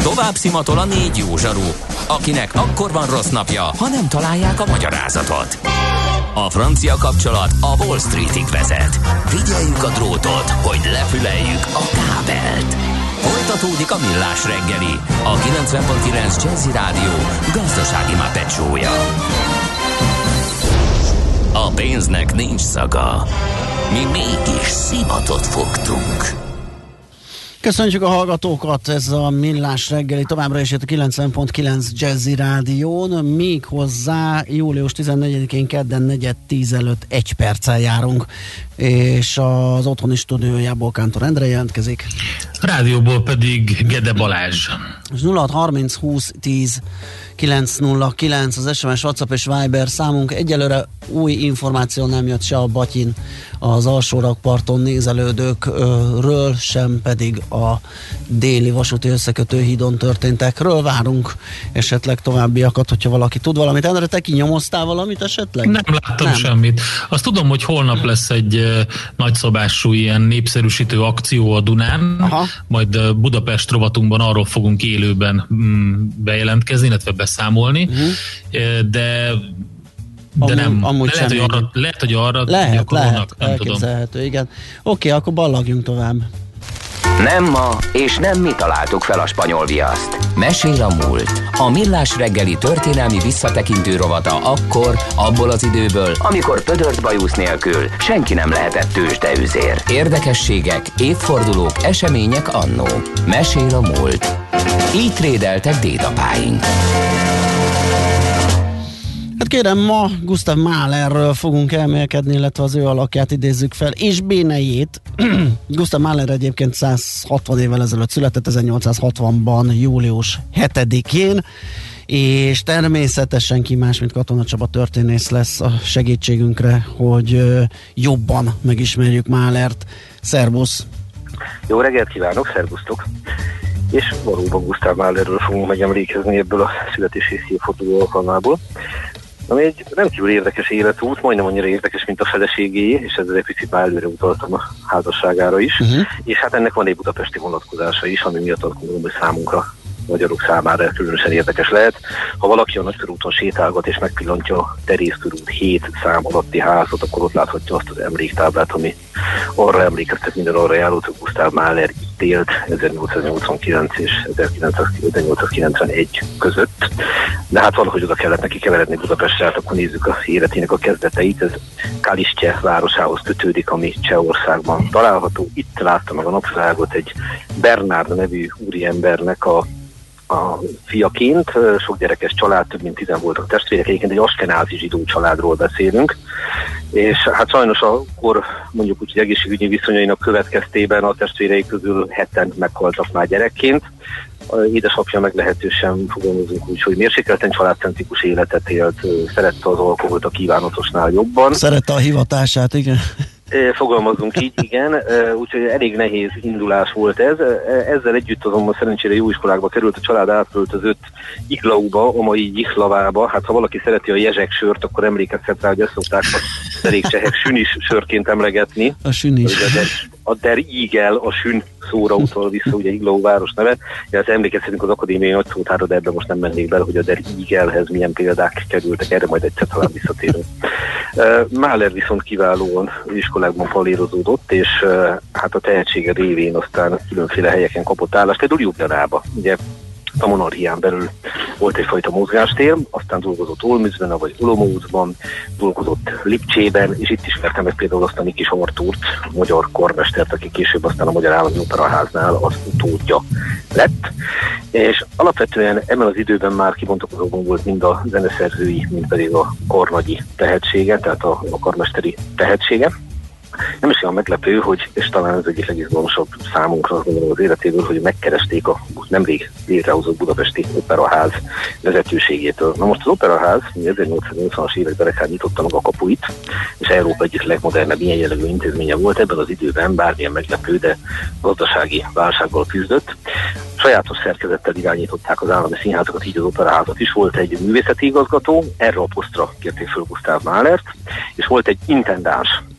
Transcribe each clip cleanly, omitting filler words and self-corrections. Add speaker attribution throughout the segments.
Speaker 1: Tovább szimatol a 4 jó zsaru, akinek akkor van rossz napja, ha nem találják a magyarázatot. A francia kapcsolat a Wall Streetig vezet. Figyeljük a drótot, hogy lefüleljük a kábelt. Folytatódik a Millás reggeli, a 90.9 Jazzy Rádió gazdasági mápecsója. A pénznek nincs szaga. Mi mégis szimatot fogtunk.
Speaker 2: Köszönjük a hallgatókat, ez a Millás reggeli, továbbra is itt a 90.9 Jazzy Rádión, még hozzá július 14-én kedden 4:10 előtt 1 perccel járunk, és az otthoni stúdiójából Kántor Endre jelentkezik.
Speaker 3: A rádióból pedig Gede Balázs.
Speaker 2: 0630 20 10 909 az SMS, WhatsApp és Viber számunk. Egyelőre új információ nem jött se a Batyin, az alsórakparton nézelődőkről, sem pedig a déli vasúti összekötő hídon történtekről. Várunk esetleg továbbiakat, hogyha valaki tud valamit. Endre, te kinyomoztál valamit esetleg?
Speaker 3: Nem láttam semmit. Azt tudom, hogy holnap lesz egy nagyszabású ilyen népszerűsítő akció a Dunán. Aha. Majd Budapest rovatunkban arról fogunk élőben bejelentkezni, illetve beszámolni, de nem. Lehet, hogy arra gyakorolnak, nem tudom.
Speaker 2: Igen. Oké, akkor ballagjunk tovább.
Speaker 1: Nem ma, és nem mi találtuk fel a spanyol viaszt. Mesél a múlt. A Millás reggeli történelmi visszatekintő rovata akkor, abból az időből, amikor pödört bajusz nélkül senki nem lehetett tőzsdeüzér. Érdekességek, évfordulók, események annó. Mesél a múlt. Így trédeltek dédapáink.
Speaker 2: Hát kérem, ma Gustav Mahlerről fogunk elmélkedni, illetve az ő alakját idézzük fel, és bénejét. Gustav Mahler egyébként 160 évvel ezelőtt született, 1860-ban, július 7-én, és természetesen ki más, mint Katona Csaba történész lesz a segítségünkre, hogy jobban megismerjük Mahlert. Szervusz!
Speaker 4: Jó reggelt kívánok, szervusztok! És valóban Gustav Mahlerről fogunk megemlékezni ebből a születési évforduló alkalmából. Ami egy rendkívül érdekes életút, majdnem annyira érdekes, mint a feleségé, és ezzel egy picit már előre utaltam a házasságára is, és hát ennek van egy budapesti vonatkozása is, ami miatt azt gondolom, hogy számunkra, magyarok számára különösen érdekes lehet. Ha valaki a Nagykörúton sétálgat és megpillantja a Teréz körút 7 szám alatti házat, akkor ott láthatja azt az emléktáblát, ami arra emlékeztet minden arra járót, hogy Gustav Mahler itt élt 1889 és 1891 között. De hát valahogy oda kellett neki keveredni Budapestre, hát akkor nézzük a életének a kezdeteit. Ez Kalisztye városához kötődik, ami Csehországban található. Itt látta meg a napvilágot egy Bernard nevű úriembernek a fiaként, sok gyerekes család, több mint 10 voltak testvérek, egyébként egy askenázi zsidó családról beszélünk, és hát sajnos akkor mondjuk úgy, hogy egészségügyi viszonyainak következtében a testvérei közül 7-en meghaltak már gyerekként. Édesapja meglehetősen, fogalmazunk úgy, hogy mérsékelten családcentrikus életet élt, szerette az alkoholt a kívánatosnál jobban.
Speaker 2: Szerette a hivatását, igen.
Speaker 4: Fogalmazzunk így, igen, úgyhogy elég nehéz indulás volt ez. Ezzel együtt azonban szerencsére jó iskolákba került, a család átköltözött Iglauba, a mai Jihlavába. Hát ha valaki szereti a jezsek sört, akkor emlékezhet rá, hogy ezt szokták a derék csehek sünis sörként emlegetni.
Speaker 2: A sünis.
Speaker 4: A Der Igel, a sün szóra utal vissza, ugye Iglau város neve. Ezt emlékezhetünk az akadémiai nagyszótára, de ebben most nem mennék bele, hogy a Der Igelhez milyen példák kerültek, erre majd egyszer talán visszatérünk. Mahler viszont kiválóan iskolákban palérozódott, és hát a tehetsége révén aztán különféle helyeken kapott állást, például Ljubljanába. Ugye a monarchián belül volt egyfajta mozgástér, aztán dolgozott Olmützben, vagy Olomoucban, dolgozott Lipcsében, és itt ismertem meg például azt a Nikis Artúrt, magyar karmestert, aki később aztán a Magyar Állami Operaháznál az utódja lett. És alapvetően ebben az időben már kibontakozóban volt mind a zeneszerzői, mind pedig a karnagyi tehetsége, tehát a karmesteri tehetsége. Nem is olyan meglepő, hogy, és talán ez egyik legizgalmasabb számunkra az életéből, hogy megkeresték a nemrég létrehozott budapesti operaház vezetőségétől. Na most az operaház 1880-as években reggel nyitotta meg a kapuit, és Európa egyik legmodernebb ilyen jellegű intézménye volt ebben az időben, bármilyen meglepő, de gazdasági válsággal küzdött. Sajátos szerkezettel irányították az állami színházakat, így az operaházat is. Volt egy művészeti igazgató, erre a posztra kérték föl Gustav Mahlert, és volt egy intendáns,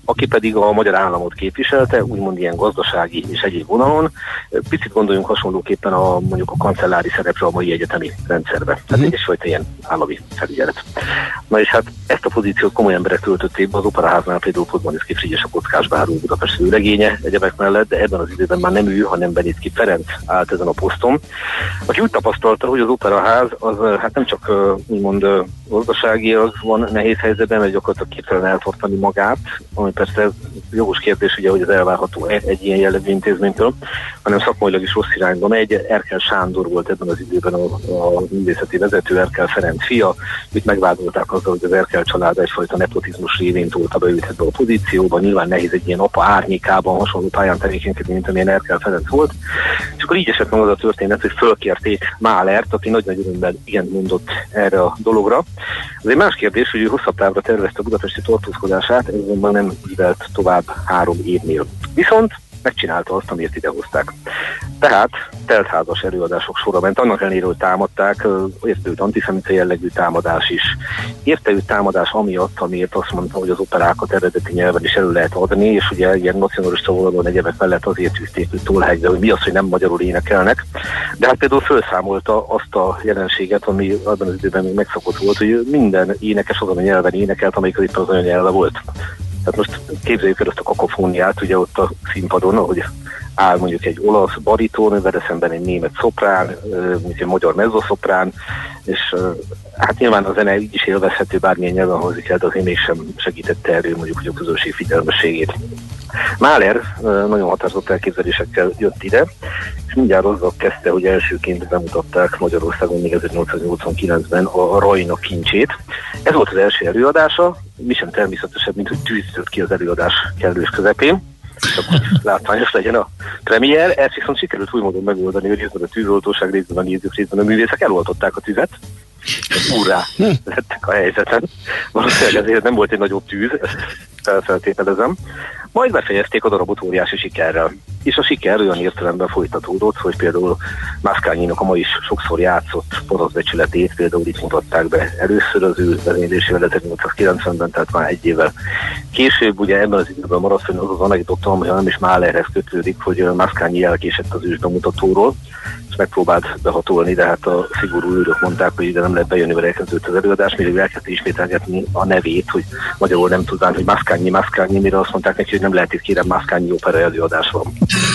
Speaker 4: aki pedig a magyar államot képviselte, úgymond ilyen gazdasági és egyéb vonalon. Picit gondoljunk hasonlóképpen mondjuk a kancellári szerepre a mai egyetemi rendszerbe. Tehát egyfajta ilyen állami felügyelet. Na és hát ezt a pozíciót komoly emberek töltötték be, az Operaháznál például Podmaniszky Frigyes, a kockásbáró Budapest főlegénye egyebek mellett, de ebben az időben már nem ő, hanem Benitki Ferenc állt ezen a poszton, aki úgy tapasztalta, hogy az Operaház az hát nem csak úgymond gazdaságilag van nehéz helyzetben, mert gyakorlatilag képtelen eltartani magát, ami persze jogos kérdés, ugye, hogy ez elvárható egy ilyen jellegű intézménytől, hanem szakmailag is rossz irányba megy. Erkel Sándor volt ebben az időben a művészeti vezető, Erkel Ferenc fia, itt megvádolták azzal, hogy az Erkel család egyfajta nepotizmus révén tolta be őt ebbe a pozícióba, nyilván nehéz egy ilyen apa árnyékában hasonló pályán tevékenykedni, mint amilyen Erkel Ferenc volt. És akkor így esett meg az a történet, hogy fölkérték Mahlert, aki nagy-nagy örömmel igen mondott erre a dologra. Az egy más kérdés, hogy ő hosszabb távra tervezte a budapesti tartózkodását, ez azonban nem ívelt tovább 3 évnél. Viszont megcsinálta azt, amiért idehozták. Tehát teltházas előadások sora ment, annak ellenére, hogy támadták, érte őt antiszemita jellegű támadás is. Érte őt támadás amiatt, amiért azt mondta, hogy az operákat eredeti nyelven is elő lehet adni, és ugye ilyen nacionalista vonalon egyebek mellett azért tűzték őt tólhegyre, hogy mi az, hogy nem magyarul énekelnek. De hát például felszámolta azt a jelenséget, ami abban az időben még megszokott volt, hogy minden énekes azon a nyelven énekelt, amelyik éppen az anyanyelve volt. Tehát most képzeljük el ezt a kakofóniát, ugye ott a színpadon, ahogy áll mondjuk egy olasz bariton, vele szemben egy német szoprán, mondjuk egy magyar mezzoszoprán, és hát nyilván a zene így is élvezhető, bármilyen nyelven hangzik el, de azért mégsem segítette elő mondjuk hogy a közönség figyelmességét. Mahler nagyon határozott elképzelésekkel jött ide, és mindjárt azzal kezdte, hogy elsőként bemutatták Magyarországon még 1889-ben a Rajna kincsét. Ez volt az első előadása, mi sem természetesebb, mint hogy tűztört ki az előadás kellős közepén, csak hogy látványos legyen a premier. Ezt viszont sikerült új módon megoldani, hogy részben a tűzoltóság, részben a nézők, részben a művészek eloltották a tüzet. Urrá lettek a helyzeten. Valószínűleg ezért nem volt egy nagyobb tűz, ezt feltételezem. Majd befejezték a darabot óriási sikerrel. És a siker olyan értelemben folytatódott, hogy például Mascagninak a ma is sokszor játszott Parasztbecsületét például itt mutatták be először az ő vezénylésével 1890-ben, tehát már egy évvel később. Ugye ebben az időben maradt fenn az anekdota, ami nem is Mahlerhez kötődik, hogy Mascagni elkésett az ősbemutatóról, és megpróbált behatolni, de hát a szigorú őrök mondták, hogy ide nem lehet bejönni, mert elkezdődött az előadás, mire elkezdte ismételgetni a nevét, hogy magyarul nem tudnám, hogy Mascagni, mire azt mondták neki, hogy nem lehet itt, kérem, Mascagni opera előadás van.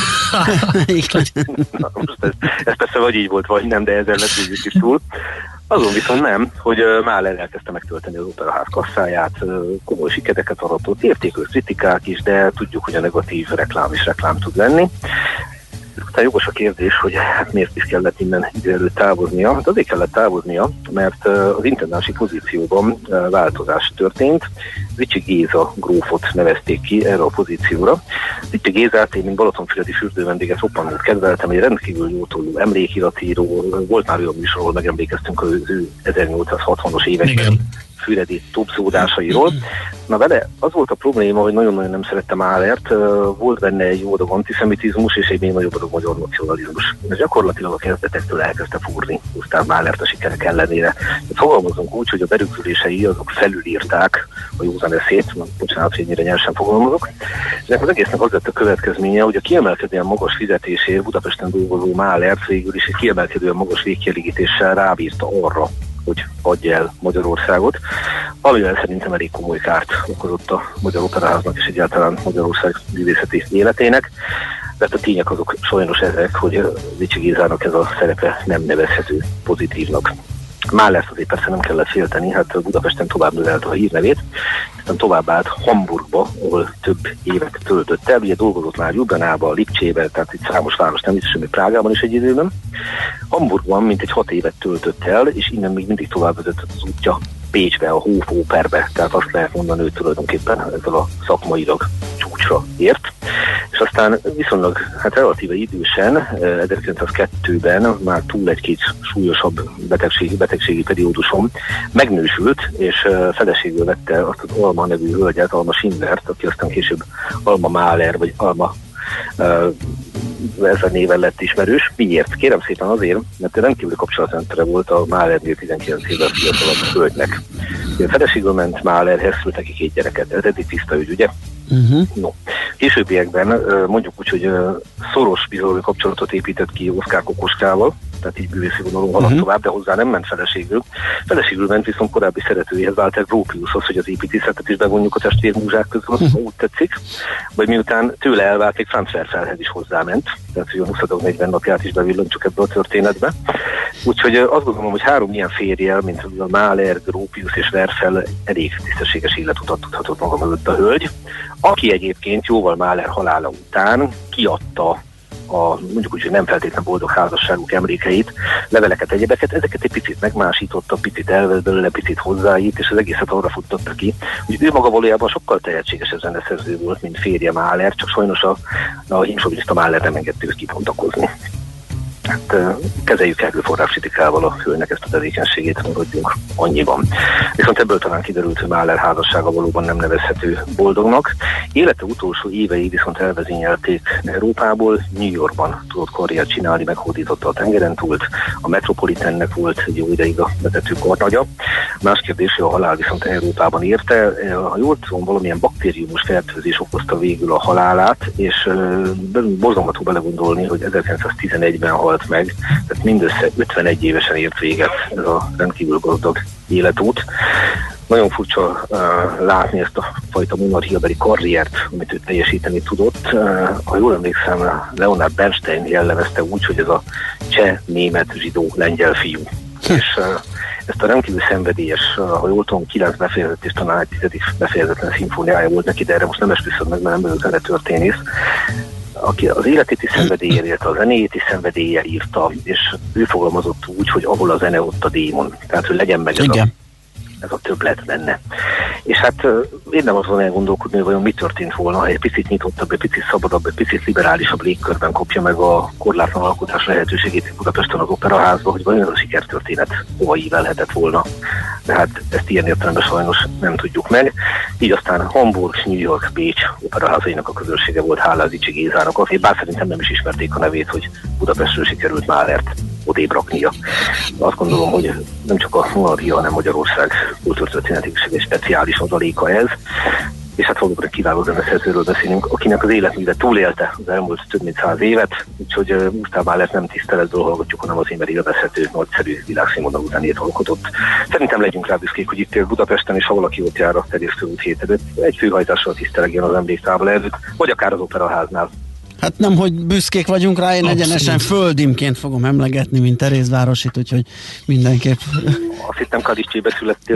Speaker 4: Na, most ez persze vagy így volt, vagy nem, de ezzel lett is túl. Azon viszont nem, hogy Mahler elkezdte megtölteni az Operaház kasszáját, komoly sikereket aratott, értékű kritikák is, de tudjuk, hogy a negatív reklám is reklám tud lenni. Aztán jogos a kérdés, hogy hát miért is kellett innen idő előtt távoznia. Hát azért kellett távoznia, mert az intendási pozícióban változás történt. Ricsi Géza grófot nevezték ki erre a pozícióra. Ricsi Gézát én, mint balatonfüredi fürdővendéget roppantól kedveltem, egy rendkívül jótóló emlékiratíró, volt már olyan műsor, ahol megemlékeztünk az ő 1860-os években füredi topzódásairól. Na vele az volt a probléma, hogy nagyon-nagyon nem szerette Mahlert, volt benne egy jó adag antiszemitizmus és egy még nagyobb adag magyar nacionalizmus. Ez gyakorlatilag a kezdetektől elkezdte fúrni Gustav Mahlert a sikerek ellenére. Fogalmazunk úgy, hogy a berögzülései azok felülírták a józan eszét, bocsánat, hogy ennyire nyersen fogalmazok. És az egésznek az lett a következménye, hogy a kiemelkedően magas fizetésért Budapesten dolgozó Mahlert végül is egy kiemelkedően magas végkielégítéssel rábírta arra, hogy adja el Magyarországot, amivel szerintem elég komoly kárt okozott a Magyar Operaháznak és egyáltalán Magyarország művészeti életének. De a tények azok sajnos ezek, hogy Ricsi Gézának ez a szerepe nem nevezhető pozitívnak. Mahlert azért persze nem kellett félteni, hát Budapesten tovább növelte a hírnevét, aztán tovább állt Hamburgba, ahol több évet töltött el, ugye dolgozott már Ljubljanába, Lipcsébe, tehát itt számos város nem is, még Prágában is egy időben. Hamburgban mintegy 6 évet töltött el, és innen még mindig tovább vezetett az útja Pécsbe, a Hofóperbe, tehát azt lehet mondani, hogy tulajdonképpen ezzel a szakmailag csúcsra ért. És aztán viszonylag, hát relatíve idősen, 1902-ben már túl egy-két súlyosabb betegségi perióduson megnősült, és feleségül vette azt az Alma nevű hölgyet, Alma Schindlert, aki aztán később Alma Mahler, vagy Alma ez a néven lett ismerős. Miért? Kérem szépen azért, mert rendkívüli kapcsolatrendszer volt a Mahlernél 19 évvel fiatalabb hölgynek. A feleségül ment Mahlerhez, szült neki 2 gyereket. Ez eddig tiszta ügy, ugye? No. Későbbiekben mondjuk úgy, hogy szoros bizalmi kapcsolatot épített ki Oszkár Kokoskával, tehát így bűvészi vonalon haladt tovább, de hozzá nem ment feleségül. Feleségül ment viszont korábbi szeretőjéhez, Walter Gropiushoz, hogy az építészetet is bevonjuk a testvérmúzsák közül, úgy tetszik. Vagy miután tőle elvált, még Franz Werfelhez is hozzáment, tehát hogy a 20-40 napját is bevillantsuk ebbe a történetbe. Úgyhogy azt gondolom, hogy 3 ilyen férjel, mint a Mahler, Gropius és Werfel elég tisztességes életutat tudhatott maga mögött a hölgy, aki egyébként jóval Mahler halála után kiadta mondjuk úgy, hogy nem feltétlenül boldog házasságuk emlékeit, leveleket, egyebeket, ezeket egy picit megmásította, picit elvett belőle, picit hozzáít, és az egészet arra futtatta ki, hogy ő maga valójában sokkal tehetségesebb zeneszerző volt, mint férje Mahler, csak sajnos a hímsoviniszta Mahler nem engedte őt kipontakozni. Hát kezeljük erőforrás kritikával a hölgynek ezt a tevékenységét, maradjunk annyiban. Viszont ebből talán kiderült, hogy Mahler házassága valóban nem nevezhető boldognak. Élete utolsó évei viszont elvezényelték Európából, New Yorkban tudott karriert csinálni, meghódította a tengeren túlt, a Metropolitannek volt egy jó ideig a vezető karnagya. Más kérdés, hogy a halál viszont Európában érte. Ha jól tudom, valamilyen baktériumos fertőzés okozta végül a halálát, és borzongató belegondolni, hogy 1911-ben halt meg, tehát mindössze 51 évesen ért véget ez a rendkívül gazdag életút. Nagyon furcsa látni ezt a fajta monarchiabeli karriert, amit ő teljesíteni tudott. Ha jól emlékszem, Leonard Bernstein jellemezte úgy, hogy ez a cseh, német, zsidó, lengyel fiú. És ezt a rendkívül szenvedélyes, ha jól tudom, 9 befejezett és talán egy 10. befejezetlen szimfóniája volt neki, de erre most nem esküszöm meg, mert nem vagyok zenetörténész, aki az életét is szenvedéllyel írta, a zenéjét is szenvedéllyel írta, és ő fogalmazott úgy, hogy ahol a zene, ott a démon. Tehát, hogy legyen meg ez a többlet benne. És hát én nem azon elgondolkodni, hogy vajon mi történt volna, ha egy picit nyitottabb, egy picit szabadabb, egy picit liberálisabb légkörben kapja meg a korlátlan alkotás lehetőségét Budapesten az Operaházba, hogy vajon a sikertörténet hova ívelhetett volna. De hát ezt ilyen értelemben sajnos nem tudjuk meg. Így aztán Hamburg, New York, Bécs operaházainak a közönsége volt, hálás Dicsi Gézának, akik bár szerintem nem is ismerték a nevét, hogy Budapestről sikerült Mahlert odébb raknia. Azt gondolom, hogy nem csak a monarchia, hanem Magyarország kultúrtörténetig egy speciális adaléka ez, és hát valóban egy kiváló zeneszerzőről beszélünk, akinek az életműve túlélte az elmúlt több mint 100 évet, úgyhogy Gustav Mahlert nem tiszteletből hallgatjuk, hanem azért, mert élvezhető, nagyszerű világszínvonalú zenét alkotott. Szerintem legyünk rá büszkék, hogy itt él Budapesten, és ha valaki ott jár a Terjesztő út 7 előtt, egy főhajtással tisztelegjen az emléktávol előtt, vagy akár az Operaháznál.
Speaker 2: Hát nem, hogy büszkék vagyunk rá, én egyenesen földimként fogom emlegetni, mint Terézvárosit, úgyhogy mindenképp...
Speaker 4: Azt hittem Kaliszcsébe születtél.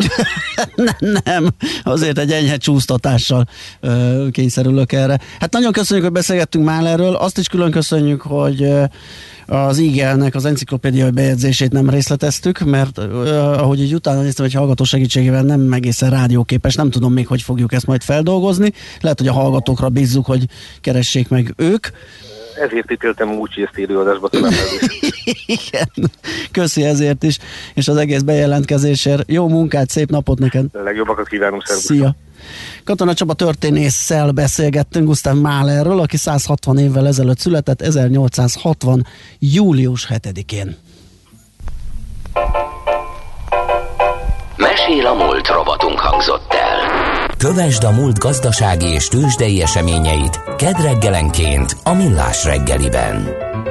Speaker 2: Nem, azért egy enyhe csúsztatással kényszerülök erre. Hát nagyon köszönjük, hogy beszélgettünk Mahlerről, azt is külön köszönjük, hogy az IGL-nek az enciklopédiai bejegyzését nem részleteztük, mert ahogy így utána néztem, hogy hallgató segítségével nem egészen rádióképes, nem tudom még, hogy fogjuk ezt majd feldolgozni. Lehet, hogy a hallgatókra bízzuk, hogy keressék meg ők.
Speaker 4: Ezért ítéltem úgy, hogy ezt élőadásba talán
Speaker 2: Igen, köszi ezért is, és az egész bejelentkezésért. Jó munkát, szép napot neked!
Speaker 4: Legjobbakat kívánom, szervusz!
Speaker 2: Szia! Katona Csaba történésszel beszélgettünk Gustav Mahlerről, aki 160 évvel ezelőtt született, 1860. július 7-én.
Speaker 1: Mesél a múlt rovatunk hangzott el. Kövesd a múlt gazdasági és tőzsdei eseményeit kedd reggelenként a Millás reggeliben.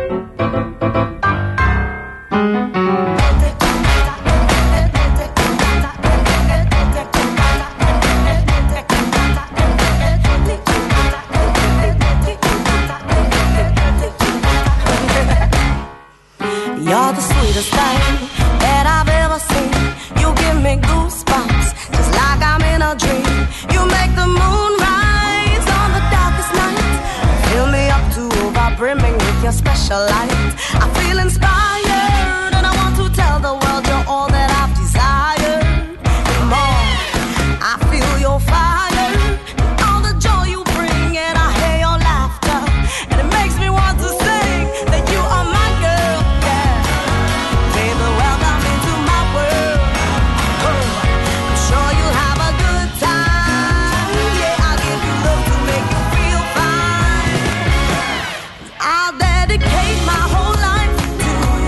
Speaker 5: You're the sweetest thing that I've ever seen. You give me goosebumps, just like I'm in a dream. You make the moon rise on the darkest night. Fill me up to over-brimming with your special light. I feel inspired and I want to tell the world you're all that I've desired. And more, I feel your fire and all the joy you bring, and I hear your laughter, and it makes me want to sing that you are my girl. Dedicate my whole life to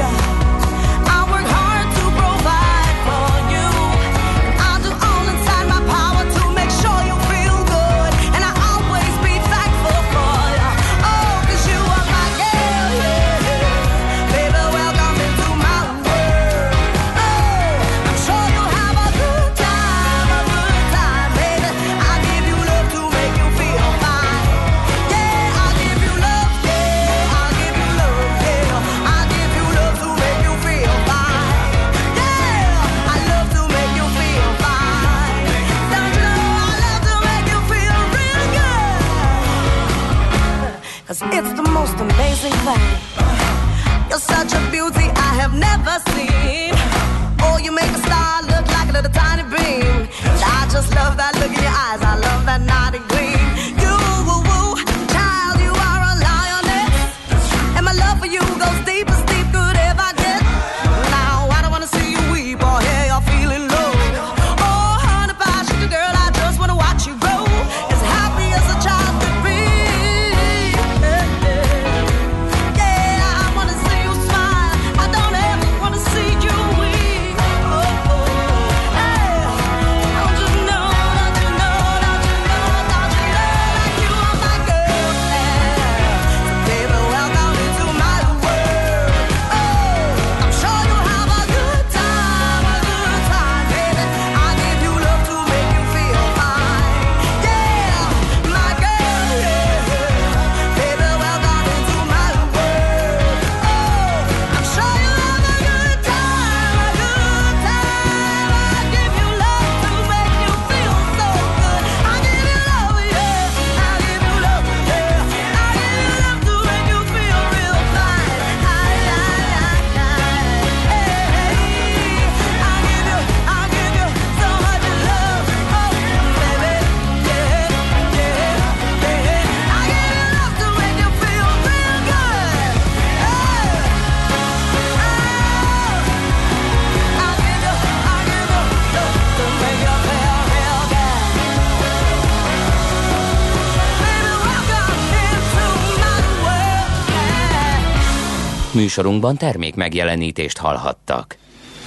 Speaker 5: have never seen. Oh, you make a star look like a little tiny beam. And I just love that look in your eyes. I love that naughty gleam. You, woo, woo, child, you are a lioness. And my love for you goes deep as deep could ever get. Now I don't wanna see you weep or hear you're feeling low. Oh, honey pie, sugar girl, I just wanna watch you grow as happy as a child could be. Yeah, I wanna see you smile. I don't ever wanna see you weep. Oh, oh, hey, don't you know, don't you know, don't you know, don't you know that you are my girl? So baby, welcome into my world. Oh, I'm sure you'll have a good time, baby. I give you love to make you feel fine. Yeah, my girl, yeah. Baby, welcome into my world. Oh, I'm sure you'll have a good time, a good time. I give you love to make you feel so good. I give you love, yeah. I give you love, yeah. I give you love to make you feel real fine. Hey, I give you so much love, oh baby, yeah, yeah, yeah. I give you love to make you feel real good. Hey, I give you love to make you feel real good. Baby, welcome into my world.
Speaker 1: Műsorunkban termék megjelenítést hallhattak.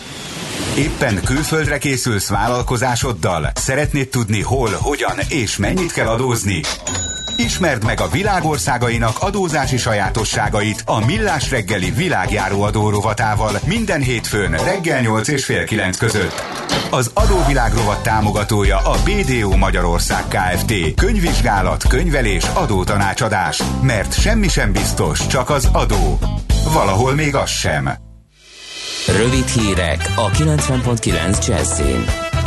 Speaker 6: Éppen külföldre készülsz vállalkozásoddal? Szeretnéd tudni hol, hogyan és mennyit kell adózni? Ismerd meg a világ országainak adózási sajátosságait a Millás reggeli világjáró adó rovatával minden hétfőn reggel 8 és fél 9 között. Az adóvilág rovat támogatója a BDO Magyarország Kft. Könyvvizsgálat, könyvelés, adótanácsadás. Mert semmi sem biztos, csak az adó. Valahol még az sem.
Speaker 1: Rövid hírek a 90.9 Jazzin.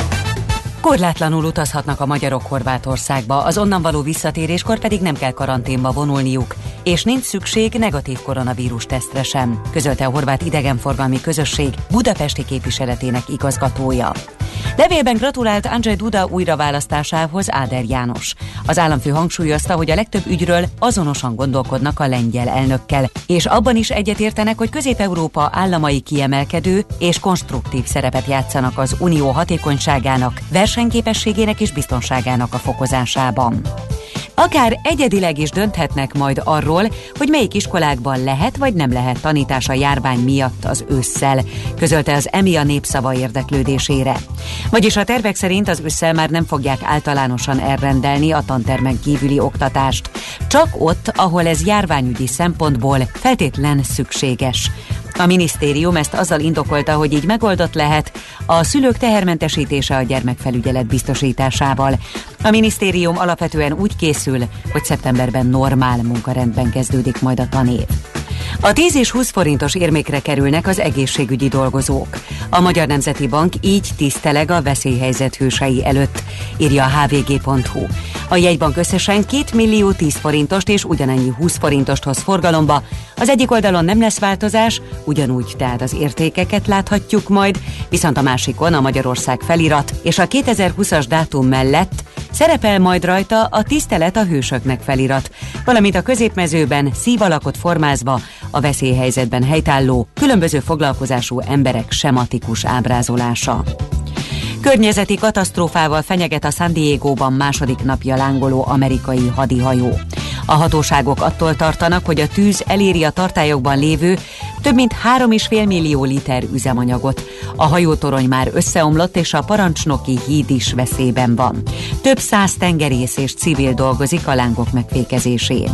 Speaker 7: Korlátlanul utazhatnak a magyarok Horvátországba, az onnan való visszatéréskor pedig nem kell karanténba vonulniuk, és nincs szükség negatív koronavírus tesztre sem, közölte a Horvát Idegenforgalmi Közösség budapesti képviseletének igazgatója. Levélben gratulált Andrzej Duda újraválasztásához Áder János. Az államfő hangsúlyozta, hogy a legtöbb ügyről azonosan gondolkodnak a lengyel elnökkel, és abban is egyetértenek, hogy Közép-Európa államai kiemelkedő és konstruktív szerepet játszanak az unió hatékonyságának, versenyképességének és biztonságának a fokozásában. Akár egyedileg is dönthetnek majd arról, hogy melyik iskolákban lehet vagy nem lehet tanítás a járvány miatt az ősszel, közölte az EMIA népszava érdeklődésére. Vagyis a tervek szerint az ősszel már nem fogják általánosan elrendelni a tantermen kívüli oktatást, csak ott, ahol ez járványügyi szempontból feltétlen szükséges. A minisztérium ezt azzal indokolta, hogy így megoldott lehet a szülők tehermentesítése a gyermekfelügyelet biztosításával. A minisztérium alapvetően úgy készül, hogy szeptemberben normál munkarendben kezdődik majd a tanév. A 10 és 20 forintos érmékre kerülnek az egészségügyi dolgozók. A Magyar Nemzeti Bank így tiszteleg a veszélyhelyzet hősei előtt, írja a hvg.hu. A jegybank összesen 2 millió 10 forintost és ugyanennyi 20 forintost hoz forgalomba. Az egyik oldalon nem lesz változás, ugyanúgy tehát az értékeket láthatjuk majd, viszont a másikon a Magyarország felirat és a 2020-as dátum mellett szerepel majd rajta a Tisztelet a hősöknek felirat, valamint a középmezőben szívalakot formázva a veszélyhelyzetben helytálló, különböző foglalkozású emberek sematikus ábrázolása. Környezeti katasztrófával fenyeget a San Diegóban második napja lángoló amerikai hadihajó. A hatóságok attól tartanak, hogy a tűz eléri a tartályokban lévő több mint 3,5 millió liter üzemanyagot. A hajótorony már összeomlott, és a parancsnoki híd is veszélyben van. Több 100 tengerész és civil dolgozik a lángok megfékezésén.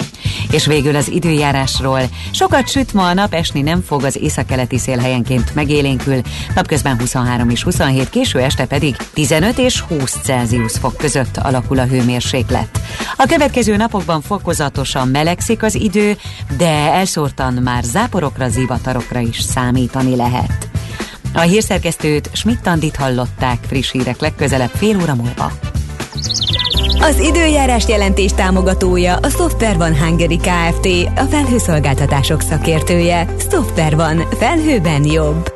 Speaker 7: És végül az időjárásról. Sokat süt ma a nap, esni nem fog, az északkeleti szél helyenként megélénkül, napközben 23 és 27, késő este pedig 15 és 20 Celsius fok között alakul a hőmérséklet. A következő napokban fokozatosan melegszik az idő, de elszórtan már záporokra, zivatarokra is számítani lehet. A hírszerkesztőt, Schmidt Andit hallották, friss hírek legközelebb fél óra múlva.
Speaker 8: Az időjárás jelentés támogatója a SoftwareOne Hungary Kft., a felhőszolgáltatások szakértője. SoftwareOne. Felhőben jobb.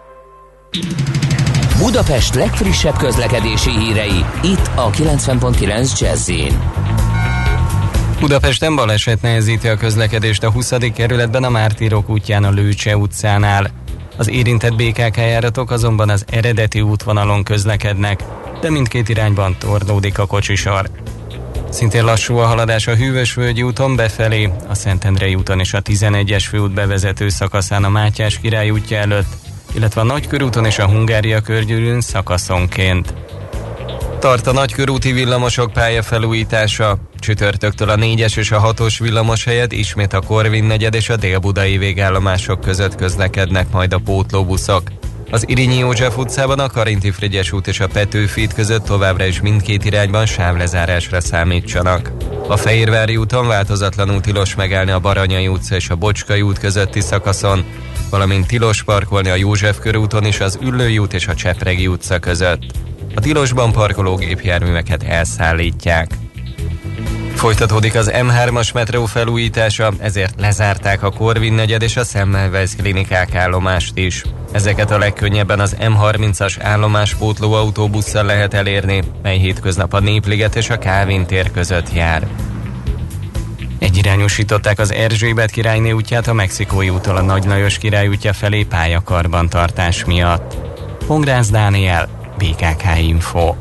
Speaker 1: Budapest legfrissebb közlekedési hírei, itt a 90.9 Jazz-in.
Speaker 9: Budapesten baleset nehezíti a közlekedést a 20. kerületben a Mártírok útján a Lőcse utcánál. Az érintett BKK járatok azonban az eredeti útvonalon közlekednek, de mindkét irányban torlódik a kocsisor. Szintén lassú a haladás a Hűvösvölgyi úton befelé, a Szentendrei úton és a 11-es főút bevezető szakaszán a Mátyás Király útja előtt, illetve a Nagykörúton és a Hungária körgyűrűn szakaszonként. Tart a nagykörúti villamosok pályafelújítása. Csütörtöktől a 4-es és a 6-os villamos helyett ismét a Korvin negyed és a délbudai végállomások között közlekednek majd a pótlóbuszok. Az Irinyi József utcában a Karinti Frigyes út és a Petőfi út között továbbra is mindkét irányban sávlezárásra számítsanak. A Fehérvári úton változatlanul tilos megállni a Baranyai utca és a Bocskai út közötti szakaszon, valamint tilos parkolni a József körúton és az Üllői út és a Csepregi utca között. A tilosban parkoló gépjárműveket elszállítják. Folytatódik az M3-as metró felújítása, ezért lezárták a Korvin negyed és a Semmelweis klinikák állomást is. Ezeket a legkönnyebben az M30-as állomáspótló autóbusszal lehet elérni, mely hétköznap a Népliget és a Kálvin tér között jár. Egyirányosították az Erzsébet királyné útját a Mexikói úttól a Nagy Lajos király útja felé pályakarbantartás miatt. Pongrász Dániel, BKK Info.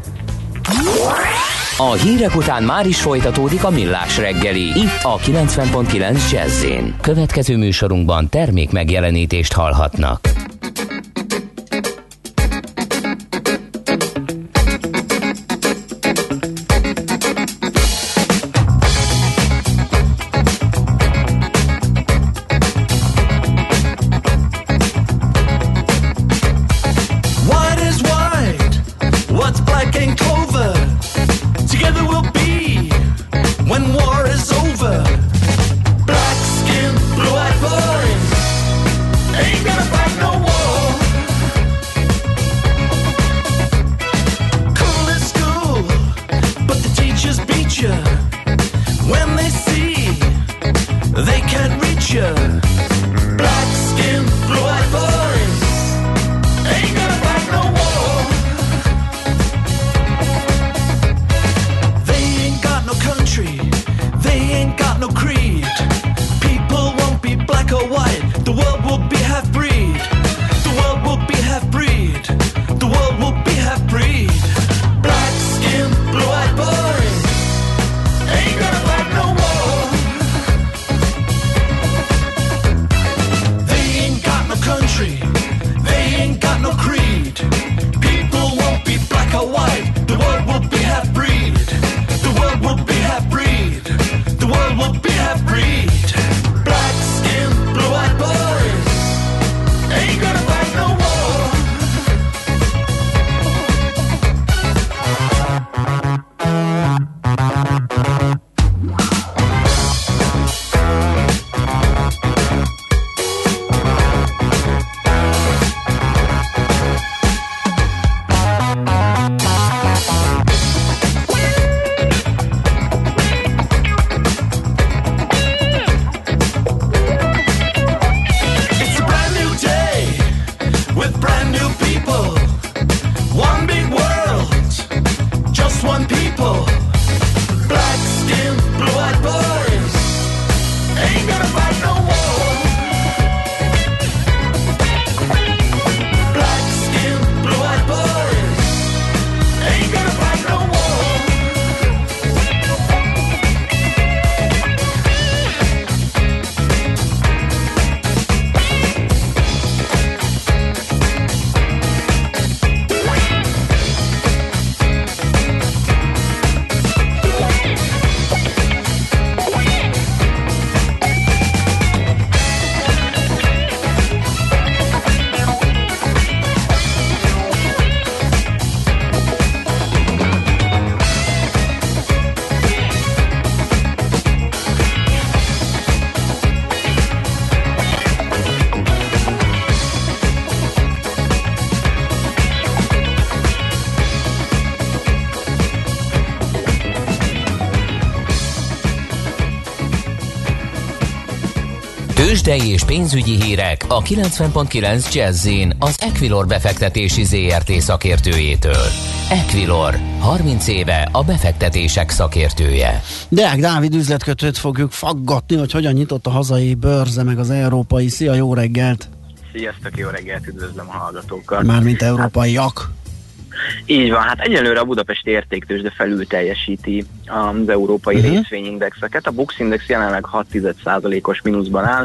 Speaker 1: A hírek után már is folytatódik a Millás reggeli, itt a 90.9 Jazz-in. Következő műsorunkban termék megjelenítést hallhatnak.
Speaker 10: Together we'll be when war is over. Black skin, blue-eyed boys ain't gonna fight no war.
Speaker 1: Tőzsdei és pénzügyi hírek a 90.9 Jazz-in az Equilor befektetési ZRT szakértőjétől. Equilor, 30 éve a befektetések szakértője.
Speaker 2: Deák Dávid üzletkötőt fogjuk faggatni, hogy hogyan nyitott a hazai bőrze meg az európai. Szia, jó reggelt!
Speaker 11: Sziasztok, jó reggelt, üdvözlöm a hallgatókat!
Speaker 2: Mármint európaiak.
Speaker 11: Így van, hát egyelőre a Budapesti Értéktőzsde felül teljesíti az európai részvényindexeket. A Bux Index jelenleg 6,1%-os mínuszban áll,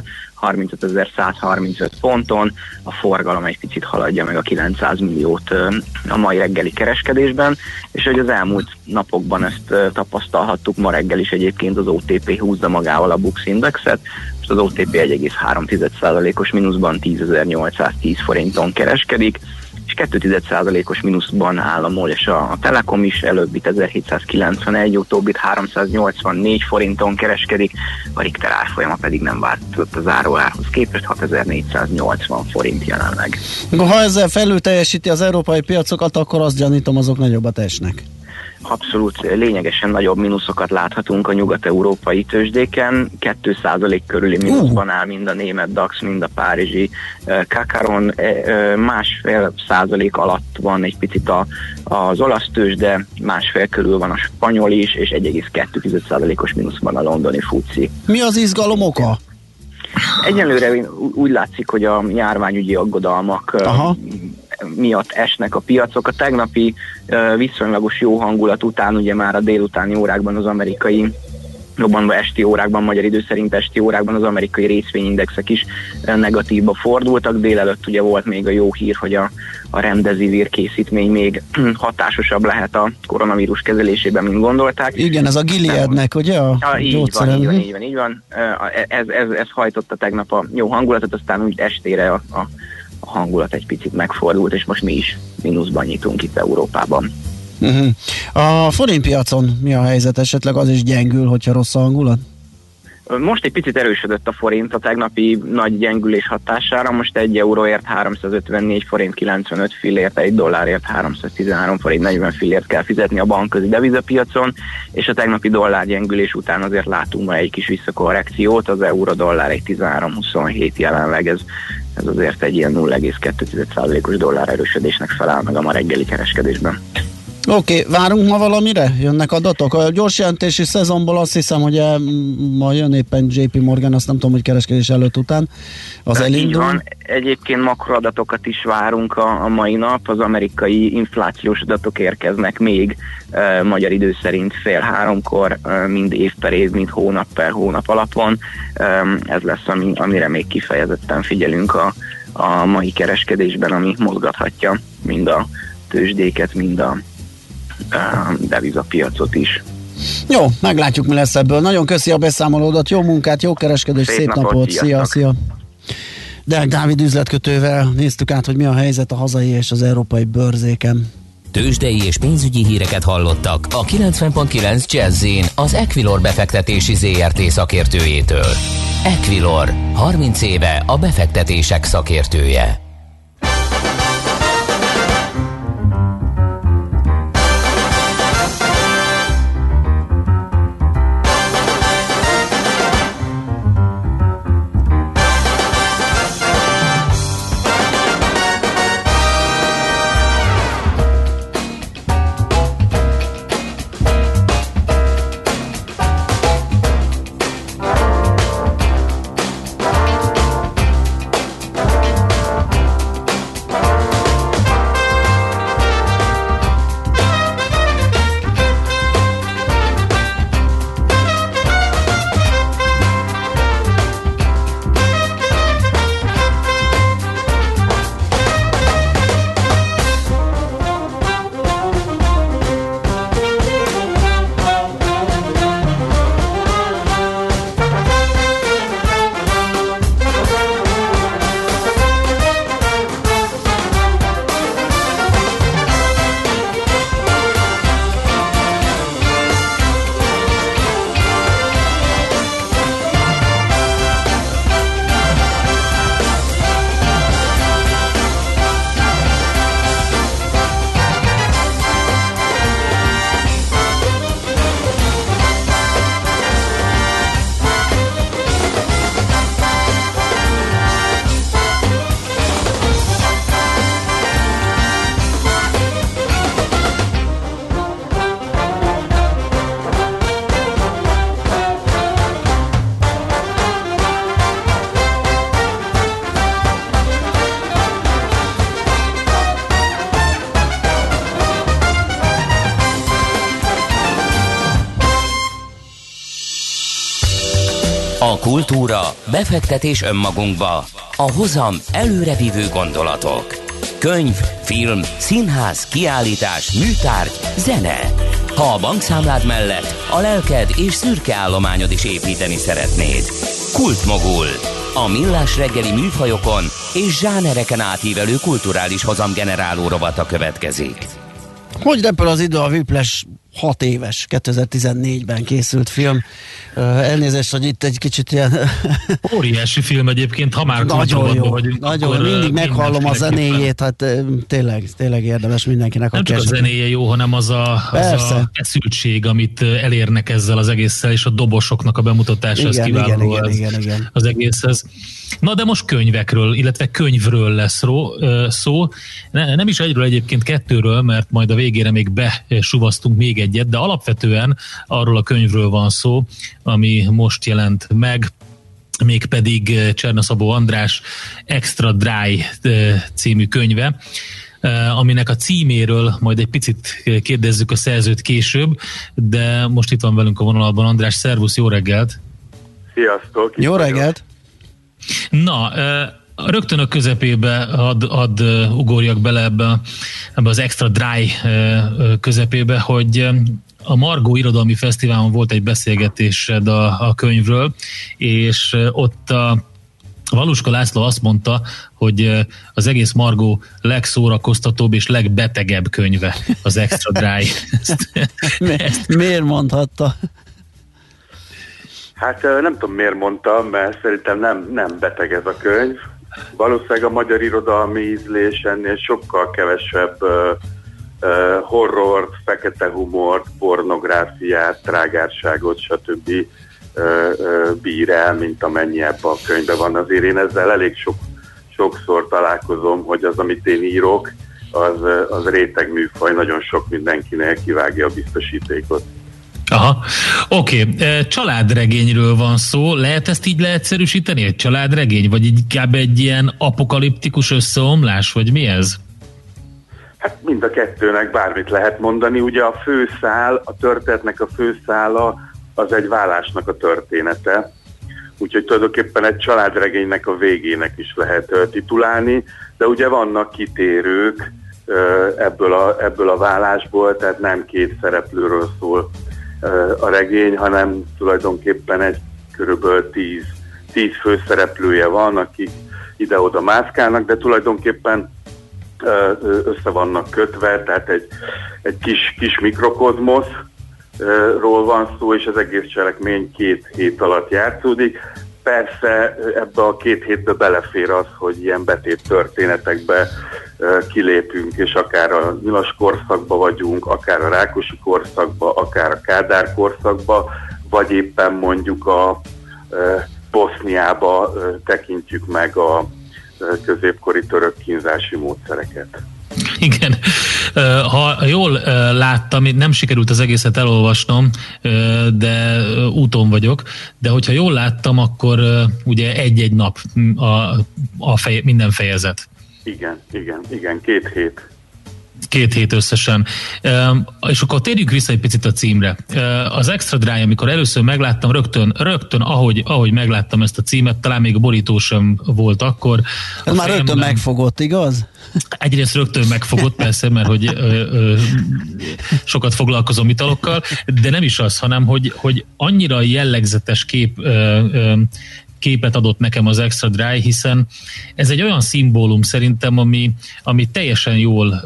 Speaker 11: 35.135 ponton, a forgalom egy picit haladja meg a 900 milliót a mai reggeli kereskedésben, és hogy az elmúlt napokban ezt tapasztalhattuk, ma reggel is egyébként az OTP húzza magával a Bux Indexet, most az OTP 1,3%-os mínuszban 10.810 forinton kereskedik, és 2,1%-os mínuszban áll a MOL és a Telekom is, előbbit 1791, utóbbit 384 forinton kereskedik, a Richter árfolyama pedig nem változott a záróárhoz képest, 6480 forint jelenleg.
Speaker 2: Ha ezzel felül teljesíti az európai piacokat, akkor azt gyanítom, azok nagyobbat esnek.
Speaker 11: Abszolút lényegesen nagyobb mínuszokat láthatunk a nyugat-európai tőzsdéken. 2% körüli mínuszban áll mind a német DAX, mind a párizsi Kakaron. 1,5% alatt van egy picit az olasz tőzsde, 1,5 körül van a spanyol is, és 1,2%-os mínuszban a londoni FTSE.
Speaker 2: Mi az izgalom oka?
Speaker 11: Egyelőre úgy látszik, hogy a járványügyi aggodalmak miatt esnek a piacok. A tegnapi viszonylagos jó hangulat után, ugye már a délutáni órákban az amerikai, jobban esti órákban, magyar idő szerint esti órákban az amerikai részvényindexek is negatívba fordultak. Délelőtt ugye volt még a jó hír, hogy a remdesivir készítmény még hatásosabb lehet a koronavírus kezelésében, mint gondolták.
Speaker 2: Igen, ez a Gileadnek, ugye?
Speaker 11: Így van. Ez hajtotta tegnap a jó hangulatot, aztán úgy estére a hangulat egy picit megfordult, és most mi is mínuszban nyitunk itt Európában.
Speaker 2: A forintpiacon mi a helyzet? Esetleg az is gyengül, hogyha rossz a hangulat?
Speaker 11: Most egy picit erősödött a forint a tegnapi nagy gyengülés hatására, most 1 euróért 354 forint 95 fillért, 1 dollárért 313 forint 40 fillért kell fizetni a bankközi devizapiacon, és a tegnapi dollár gyengülés után azért látunk ma egy kis visszakorrekciót, az euró-dollár egy 13,27 jelenleg, ez azért egy ilyen 0,2%-os dollár erősödésnek felel meg a ma reggeli kereskedésben.
Speaker 2: Oké, várunk ma valamire? Jönnek adatok? A gyors jelentési szezonból azt hiszem, hogy ma jön éppen JP Morgan, azt nem tudom, hogy kereskedés előtt után. Az elindul.
Speaker 11: Így van. Egyébként makroadatokat is várunk a mai nap. Az amerikai inflációs adatok érkeznek még magyar idő szerint 2:30-kor, mind év per év, mind hónap per hónap alapon. Ez lesz, amire még kifejezetten figyelünk a mai kereskedésben, ami mozgathatja mind a tőzsdéket, mind a devizapiacot is.
Speaker 2: Jó, meglátjuk, mi lesz ebből. Nagyon köszi a beszámolódat, jó munkát, jó kereskedés, szép napot. Szia! Deák Dávid üzletkötővel néztük át, hogy mi a helyzet a hazai és az európai bőrzéken.
Speaker 1: Tőzsdei és pénzügyi híreket hallottak a 90.9 Jazz-in az Equilor befektetési ZRT szakértőjétől. Equilor, 30 éve a befektetések szakértője. A kultúra, befektetés önmagunkba, a hozam előrevívő gondolatok. Könyv, film, színház, kiállítás, műtárgy, zene. Ha a bankszámlád mellett a lelked és szürke állományod is építeni szeretnéd. Kultmogul. A millás reggeli műfajokon és zsánereken átívelő kulturális hozamgeneráló rovata következik.
Speaker 2: Hogy repül az idő, a Whiplash 6 éves, 2014-ben készült film. Elnézést, hogy itt egy kicsit ilyen...
Speaker 3: Óriási film egyébként, ha már
Speaker 2: nagyon jó,
Speaker 3: vagyunk.
Speaker 2: nagyon mindig meghallom a zenéjét, hát tényleg érdemes mindenkinek.
Speaker 3: Nem csak a zenéje jó, hanem az a feszültség, amit elérnek ezzel az egésszel, és a dobosoknak a bemutatása, az kiváló
Speaker 2: igen.
Speaker 3: Az egészhez. Na de most könyvekről, illetve könyvről lesz szó. Nem is egyről, egyébként 2-ről, mert majd a végére még besuvasztunk még egyet, de alapvetően arról a könyvről van szó, ami most jelent meg, mégpedig Csernaszabó András Extra Dry című könyve, aminek a címéről majd egy picit kérdezzük a szerzőt később, de most itt van velünk a vonalban András. Szervusz, jó reggelt!
Speaker 12: Sziasztok!
Speaker 2: Jó reggelt!
Speaker 3: Na, rögtön a közepébe hadd ugorjak bele ebbe az Extra Dry közepébe, hogy a Margó Irodalmi Fesztiválon volt egy beszélgetésed a könyvről, és ott a Valuska László azt mondta, hogy az egész Margó legszórakoztatóbb és legbetegebb könyve az Extra Dry.
Speaker 2: Miért mondhatta?
Speaker 12: Hát nem tudom, miért mondtam, mert szerintem nem beteg ez a könyv. Valószínűleg a magyar irodalmi ízlés ennél sokkal kevesebb horrort, fekete humort, pornográfiát, trágárságot, stb. Bír el, mint amennyi ebben a könyvben van. Azért én ezzel elég sokszor találkozom, hogy az, amit én írok, az réteg műfaj, nagyon sok mindenkinek kivágja a biztosítékot.
Speaker 3: Aha, oké. Családregényről van szó. Lehet ezt így leegyszerűsíteni? Egy családregény? Vagy inkább egy ilyen apokaliptikus összeomlás? Vagy mi ez?
Speaker 12: Hát mind a kettőnek bármit lehet mondani. Ugye a főszál, a történetnek a főszála az egy vállásnak a története. Úgyhogy tulajdonképpen egy családregénynek a végének is lehet titulálni, de ugye vannak kitérők ebből a vállásból, tehát nem két szereplőről szól a regény, hanem tulajdonképpen egy körülbelül 10 főszereplője van, akik ide-oda mászkálnak, de tulajdonképpen össze vannak kötve, tehát egy kis mikrokozmoszról van szó, és az egész cselekmény 2 hét alatt játszódik. Persze ebbe a 2 hétbe belefér az, hogy ilyen betét történetekbe kilépünk, és akár a nyilas korszakba vagyunk, akár a Rákosi korszakba, akár a Kádár korszakba, vagy éppen mondjuk a Boszniába tekintjük meg a középkori török kínzási módszereket.
Speaker 3: Igen. Ha jól láttam, nem sikerült az egészet elolvasnom, de úton vagyok, de hogyha jól láttam, akkor ugye egy-egy nap minden fejezet.
Speaker 12: Igen, 2 hét.
Speaker 3: 2 hét összesen. És akkor térjünk vissza egy picit a címre. Az Extra Dry, amikor először megláttam, rögtön ahogy megláttam ezt a címet, talán még a borító sem volt akkor.
Speaker 2: Ez már rögtön megfogott, igaz?
Speaker 3: Egyrészt rögtön megfogott, persze, mert hogy sokat foglalkozom italokkal, de nem is az, hanem hogy annyira jellegzetes képet adott nekem az Extra Dry, hiszen ez egy olyan szimbólum szerintem, ami teljesen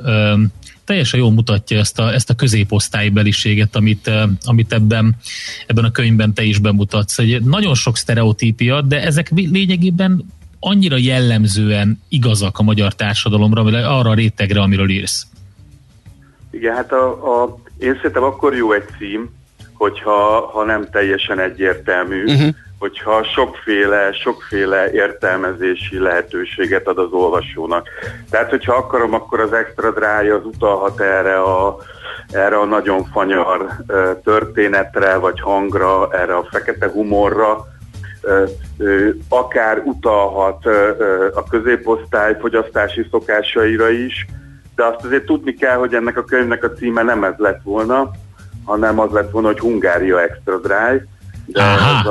Speaker 3: jól mutatja ezt a középosztálybeliséget, amit ebben a könyvben te is bemutatsz. Egy nagyon sok sztereotípia, de ezek lényegében annyira jellemzően igazak a magyar társadalomra, arra a rétegre, amiről írsz.
Speaker 12: Igen, hát én szerintem akkor jó egy cím, hogyha nem teljesen egyértelmű, hogyha sokféle értelmezési lehetőséget ad az olvasónak. Tehát, hogyha akarom, akkor az Extra Dry az utalhat erre a nagyon fanyar történetre, vagy hangra, erre a fekete humorra, akár utalhat a középosztály fogyasztási szokásaira is, de azt azért tudni kell, hogy ennek a könyvnek a címe nem ez lett volna, hanem az lett volna, hogy Hungária Extra Dry, de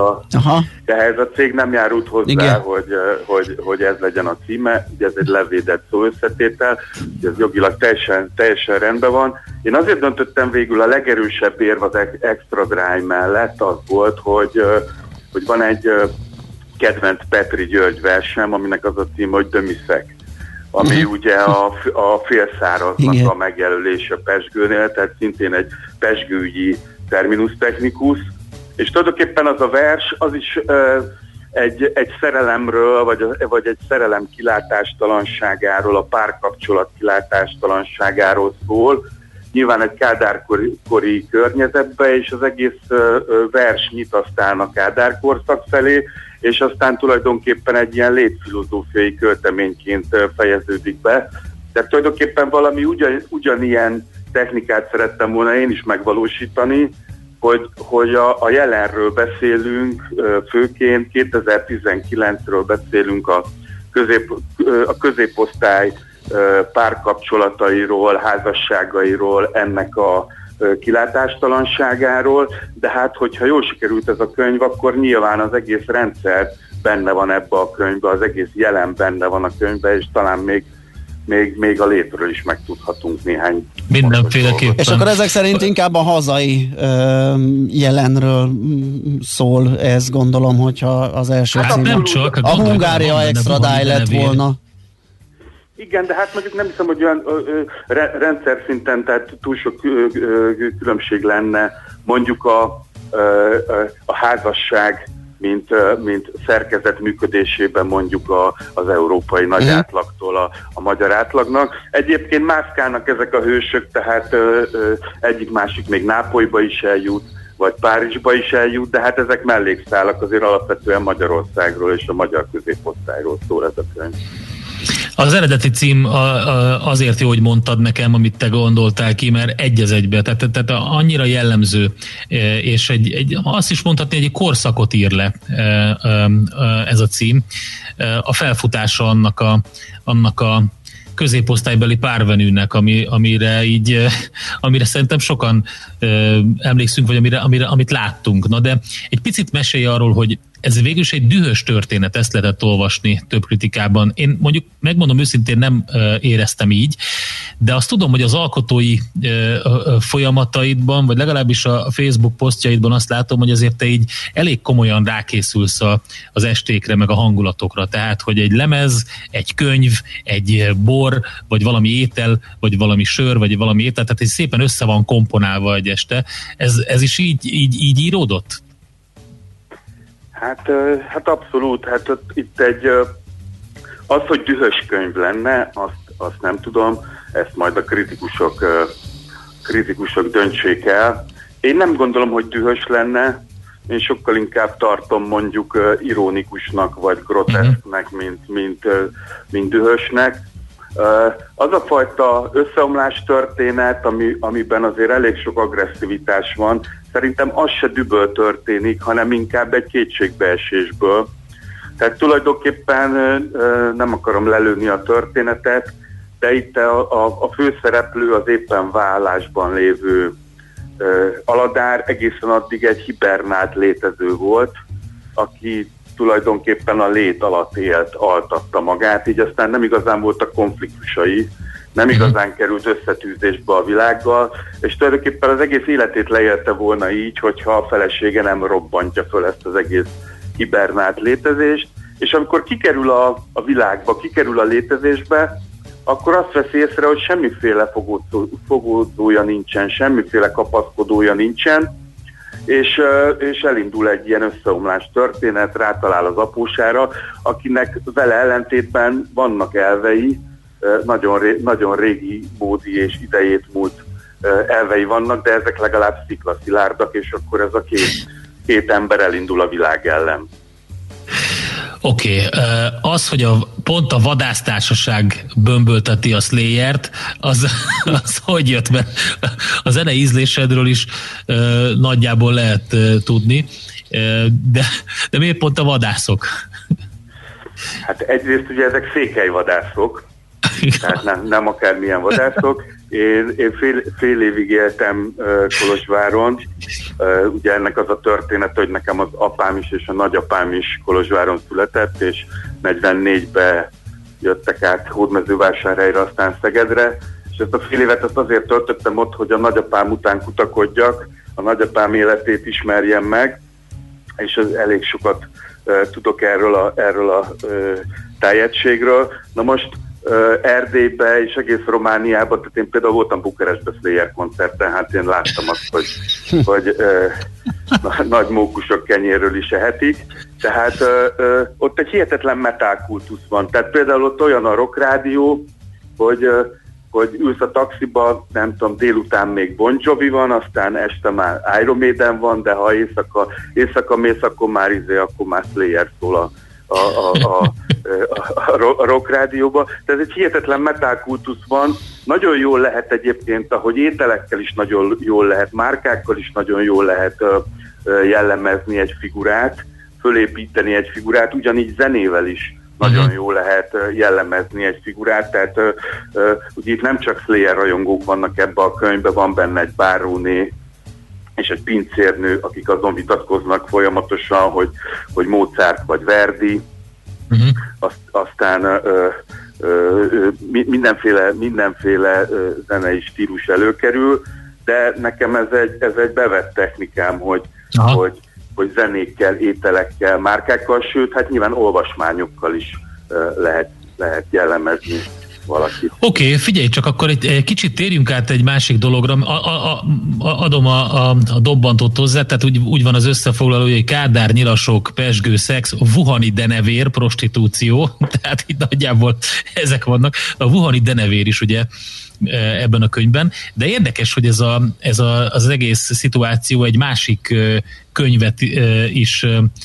Speaker 12: ez a cég nem járult hozzá, hogy ez legyen a címe, ugye ez egy levédett szóösszetétel, ez jogilag teljesen rendben van. Én azért döntöttem végül, a legerősebb érv az Extra Dry mellett az volt, hogy van egy kedvenc Petri György versem, aminek az a címe, hogy Dömiszek, ami ugye a félszáraznak a megjelölése Pezsgőnél, tehát szintén egy pezsgőügyi terminus technicus, és tulajdonképpen az a vers, az is egy szerelemről, vagy egy szerelem kilátástalanságáról, a párkapcsolat kilátástalanságáról szól, nyilván egy kádárkori környezetbe, és az egész vers nyit aztán a kádárkorszak felé, és aztán tulajdonképpen egy ilyen létfilozófiai költeményként fejeződik be. Tehát tulajdonképpen valami ugyanilyen technikát szerettem volna én is megvalósítani, hogy a jelenről beszélünk, főként 2019-ről beszélünk a középosztály párkapcsolatairól, házasságairól, ennek a kilátástalanságáról, de hát, hogyha jól sikerült ez a könyv, akkor nyilván az egész rendszer benne van ebbe a könyvbe, az egész jelen benne van a könyvbe, és talán még a létről is megtudhatunk néhány.
Speaker 3: Mindenféleképpen.
Speaker 2: És akkor ezek szerint inkább a hazai jelenről szól ez, gondolom, hogyha az első cím.
Speaker 3: Nem csak,
Speaker 2: a Hungária Extra Dry lett volna.
Speaker 12: Igen, de hát mondjuk nem hiszem, hogy olyan rendszer szinten, tehát túl sok különbség lenne mondjuk a házasság, mint szerkezet működésében mondjuk az európai nagy átlagtól a magyar átlagnak. Egyébként mászkálnak ezek a hősök, tehát egyik-másik még Nápolyba is eljut, vagy Párizsba is eljut, de hát ezek mellékszálak, azért alapvetően Magyarországról és a magyar középosztályról szól ez a könyv.
Speaker 3: Az eredeti cím azért jó, hogy mondtad nekem, amit te gondoltál ki, mert egy az egybe, tehát annyira jellemző, és azt is mondhatni, egy korszakot ír le ez a cím. A felfutása annak a középosztálybeli párvenűnek, amire szerintem sokan emlékszünk, vagy amit láttunk. Na de egy picit mesélj arról, hogy ez végül is egy dühös történet, ezt lehetett olvasni több kritikában. Én mondjuk, megmondom őszintén, nem éreztem így, de azt tudom, hogy az alkotói folyamataidban, vagy legalábbis a Facebook posztjaidban azt látom, hogy azért te így elég komolyan rákészülsz az estékre, meg a hangulatokra. Tehát, hogy egy lemez, egy könyv, egy bor, vagy valami étel, vagy valami sör, vagy valami étel, tehát egy szépen össze van komponálva egy este. Ez is így íródott?
Speaker 12: Hát abszolút, hát itt az, hogy dühös könyv lenne, azt nem tudom, ezt majd a kritikusok döntsék el. Én nem gondolom, hogy dühös lenne, én sokkal inkább tartom mondjuk ironikusnak, vagy groteszknek, mint dühösnek. Az a fajta összeomlás történet, amiben azért elég sok agresszivitás van, szerintem az se dühből történik, hanem inkább egy kétségbeesésből. Tehát tulajdonképpen nem akarom lelőni a történetet, de itt a főszereplő az éppen vállásban lévő Aladár egészen addig egy hibernált létező volt, aki tulajdonképpen a lét alatt altatta magát, így aztán nem igazán voltak konfliktusai, nem igazán került összetűzésbe a világgal, és tulajdonképpen az egész életét leélte volna így, hogyha a felesége nem robbantja föl ezt az egész hibernált létezést, és amikor kikerül a világba, kikerül a létezésbe, akkor azt veszi észre, hogy semmiféle fogódója nincsen, semmiféle kapaszkodója nincsen, és elindul egy ilyen összeomlás történet, rátalál az apósára, akinek vele ellentétben vannak elvei, nagyon régi módi és idejét múlt elvei vannak, de ezek legalább sziklaszilárdak, és akkor ez a két ember elindul a világ ellen.
Speaker 3: Oké. Az, hogy pont a vadásztársaság bömbölteti a Slayert, az hogy jött be? A zene ízlésedről is nagyjából lehet tudni, de miért pont a vadászok?
Speaker 12: Hát egyrészt ugye ezek székelyvadászok, tehát nem akármilyen vadászok, Én fél évig éltem Kolozsváron. Ugye ennek az a történet, hogy nekem az apám is és a nagyapám is Kolozsváron született, és 44-ben jöttek át Hódmezővásárhelyre, aztán Szegedre, és ezt a fél évet azt azért töltöttem ott, hogy a nagyapám után kutakodjak, a nagyapám életét ismerjem meg, és elég sokat tudok erről a tájegységről. Na most Erdélybe és egész Romániában, tehát én például voltam Bukarestben Slayer koncerten, hát én láttam azt, hogy nagy mókusok kenyérről is ehetik, tehát ott egy hihetetlen metálkultusz van, tehát például ott olyan a rock rádió, hogy ülsz a taxiba, nem tudom, délután még Bon Jovi van, aztán este már Iron Maiden van, de ha éjszaka mész, akkor már Slayer szól a rock rádióba. Tehát egy hihetetlen metálkultusz van, nagyon jól lehet egyébként, ahogy ételekkel is nagyon jól lehet, márkákkal is nagyon jól lehet jellemezni egy figurát, fölépíteni egy figurát, ugyanígy zenével is nagyon jól lehet jellemezni egy figurát, tehát ugye itt nem csak Slayer rajongók vannak ebben a könyvben, van benne egy báróné és egy pincérnő, akik azon vitatkoznak folyamatosan, hogy Mozart vagy Verdi, aztán mindenféle zenei stílus előkerül, de nekem ez egy bevett technikám, hogy zenékkel, ételekkel, márkákkal, sőt, hát nyilván olvasmányokkal is lehet jellemezni valaki.
Speaker 3: Oké, figyelj csak, akkor egy kicsit térjünk át egy másik dologra. Adom a dobbantót hozzá, tehát úgy van az összefoglaló, hogy Kádár, nyilasok, pezsgő, szex, wuhani denevér, prostitúció, tehát itt nagyjából ezek vannak. A wuhani denevér is ugye ebben a könyvben, de érdekes, hogy az egész szituáció egy másik könyvet is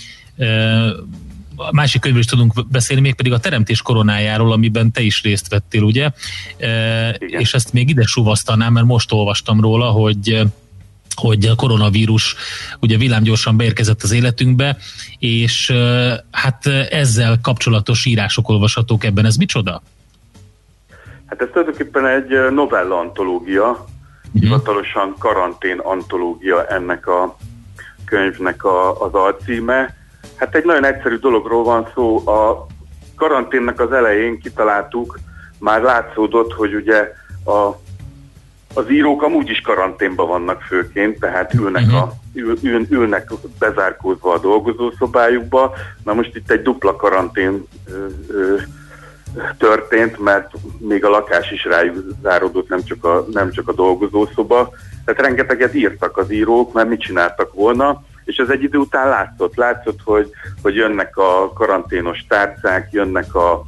Speaker 3: másik könyvről is tudunk beszélni, mégpedig a Teremtés koronájáról, amiben te is részt vettél, ugye? És ezt még ide suvasztanám, mert most olvastam róla, hogy a koronavírus ugye villámgyorsan beérkezett az életünkbe, és hát ezzel kapcsolatos írások olvashatók ebben. Ez micsoda?
Speaker 12: Hát ez tulajdonképpen egy novella antológia, hivatalosan karantén antológia ennek a könyvnek az alcíme. Hát egy nagyon egyszerű dologról van szó. A karanténnak az elején kitaláltuk, már látszódott, hogy ugye az írók amúgy is karanténban vannak főként, tehát ülnek bezárkózva a dolgozószobájukba. Na most itt egy dupla karantén történt, mert még a lakás is rájuk záródott, nem csak a dolgozószoba. Tehát rengeteget írtak az írók, mert mit csináltak volna, és ez egy idő után látszott, hogy jönnek a karanténos tárcák, jönnek a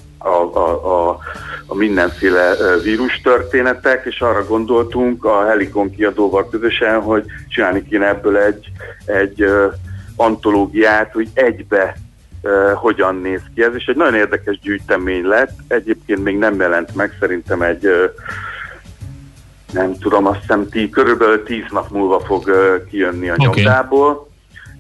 Speaker 12: mindenféle vírus történetek, és arra gondoltunk a Helikon kiadóval közösen, hogy csinálni kéne ebből egy antológiát, hogy egybe hogyan néz ki ez, és egy nagyon érdekes gyűjtemény lett, egyébként még nem jelent meg, szerintem nem tudom, azt hiszem körülbelül 10 nap múlva fog kijönni a nyomdából,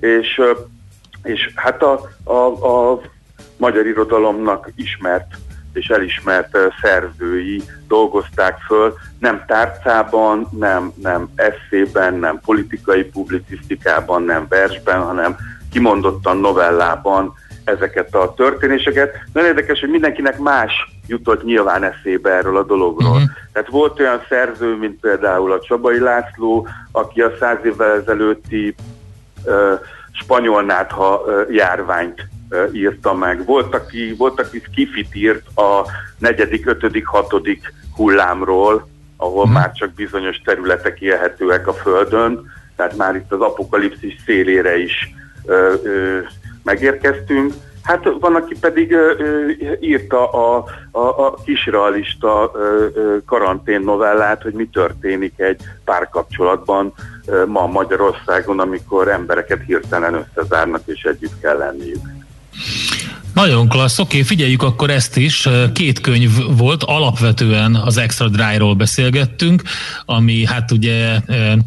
Speaker 12: és hát a magyar irodalomnak ismert és elismert szerzői dolgozták föl, nem tárcában, nem esszében, nem politikai publicisztikában, nem versben, hanem kimondottan novellában ezeket a történéseket. Nagyon érdekes, hogy mindenkinek más jutott nyilván eszébe erről a dologról. Tehát volt olyan szerző, mint például a Csabai László, aki a 100 évvel ezelőtti spanyol nátha járványt írta meg. Volt, aki skifit írt a 4., 5., 6. hullámról, ahol már csak bizonyos területek élhetőek a Földön, tehát már itt az apokalipszis szélére is megérkeztünk. Hát van, aki pedig írta a kisrealista karantén novellát, hogy mi történik egy párkapcsolatban ma Magyarországon, amikor embereket hirtelen összezárnak és együtt kell lenniük.
Speaker 3: Nagyon klassz, oké, figyeljük akkor ezt is. 2 könyv volt, alapvetően az Extra Dry-ról beszélgettünk, ami hát ugye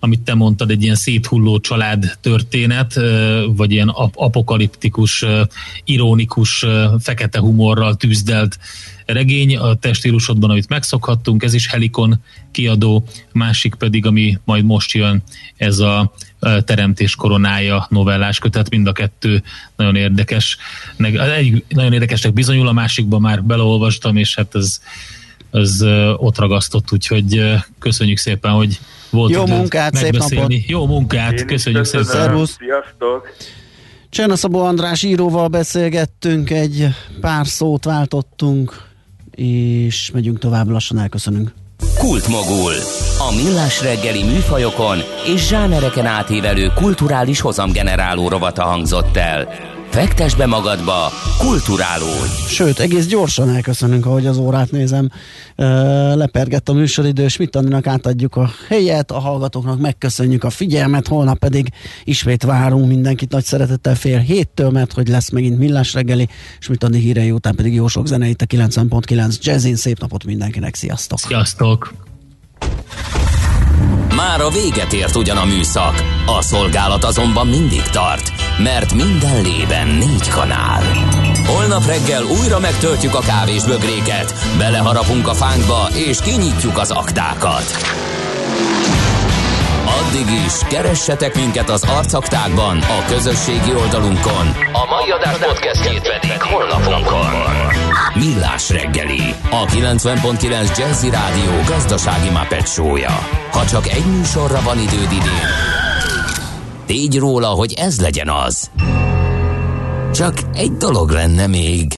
Speaker 3: amit te mondtad, egy ilyen széthulló család történet, vagy ilyen apokaliptikus, ironikus, fekete humorral tűzdelt regény a te stílusodban, amit megszokhattunk, ez is Helikon kiadó, másik pedig, ami majd most jön, ez a Teremtés koronája novellás kötet, mind a kettő nagyon érdekes. Egy nagyon érdekesnek bizonyul, a másikban már beleolvastam, és hát ez ott ragasztott, úgyhogy köszönjük szépen, hogy volt
Speaker 2: jó munkát, szép napot!
Speaker 3: Jó munkát, köszönjük szépen!
Speaker 2: Szervusz!
Speaker 12: Sziasztok!
Speaker 2: Cserna Szabó András íróval beszélgettünk, egy pár szót váltottunk, és megyünk tovább, lassan elköszönünk.
Speaker 1: Kultmogul. A millás reggeli műfajokon és zsánereken átívelő kulturális hozamgeneráló rovata hangzott el. Fektesd be magadba, kulturálódj!
Speaker 2: Sőt, egész gyorsan elköszönünk, ahogy az órát nézem. Lepergett a műsoridő, és mit Andinak átadjuk a helyet, a hallgatóknak megköszönjük a figyelmet, holnap pedig ismét várunk mindenkit nagy szeretettel 6:30, mert hogy lesz megint millás reggeli, és mit Andi hírei után pedig jó sok zene itt a 90.9 Jazzin. Szép napot mindenkinek, sziasztok!
Speaker 3: Sziasztok!
Speaker 1: Már a véget ért ugyan a műszak, a szolgálat azonban mindig tart, mert minden lében 4 kanál. Holnap reggel újra megtöltjük a kávésbögréket, beleharapunk a fánkba és kinyitjuk az aktákat. Addig is keressetek minket az arcaktákban, a közösségi oldalunkon. A mai adás podcastjét pedig honlapunkon. Millás reggeli, a 90.9 Jazzy Rádió gazdasági Muppet show-ja. Ha csak egy műsorra van időd idén, tégy róla, hogy ez legyen az. Csak egy dolog lenne még.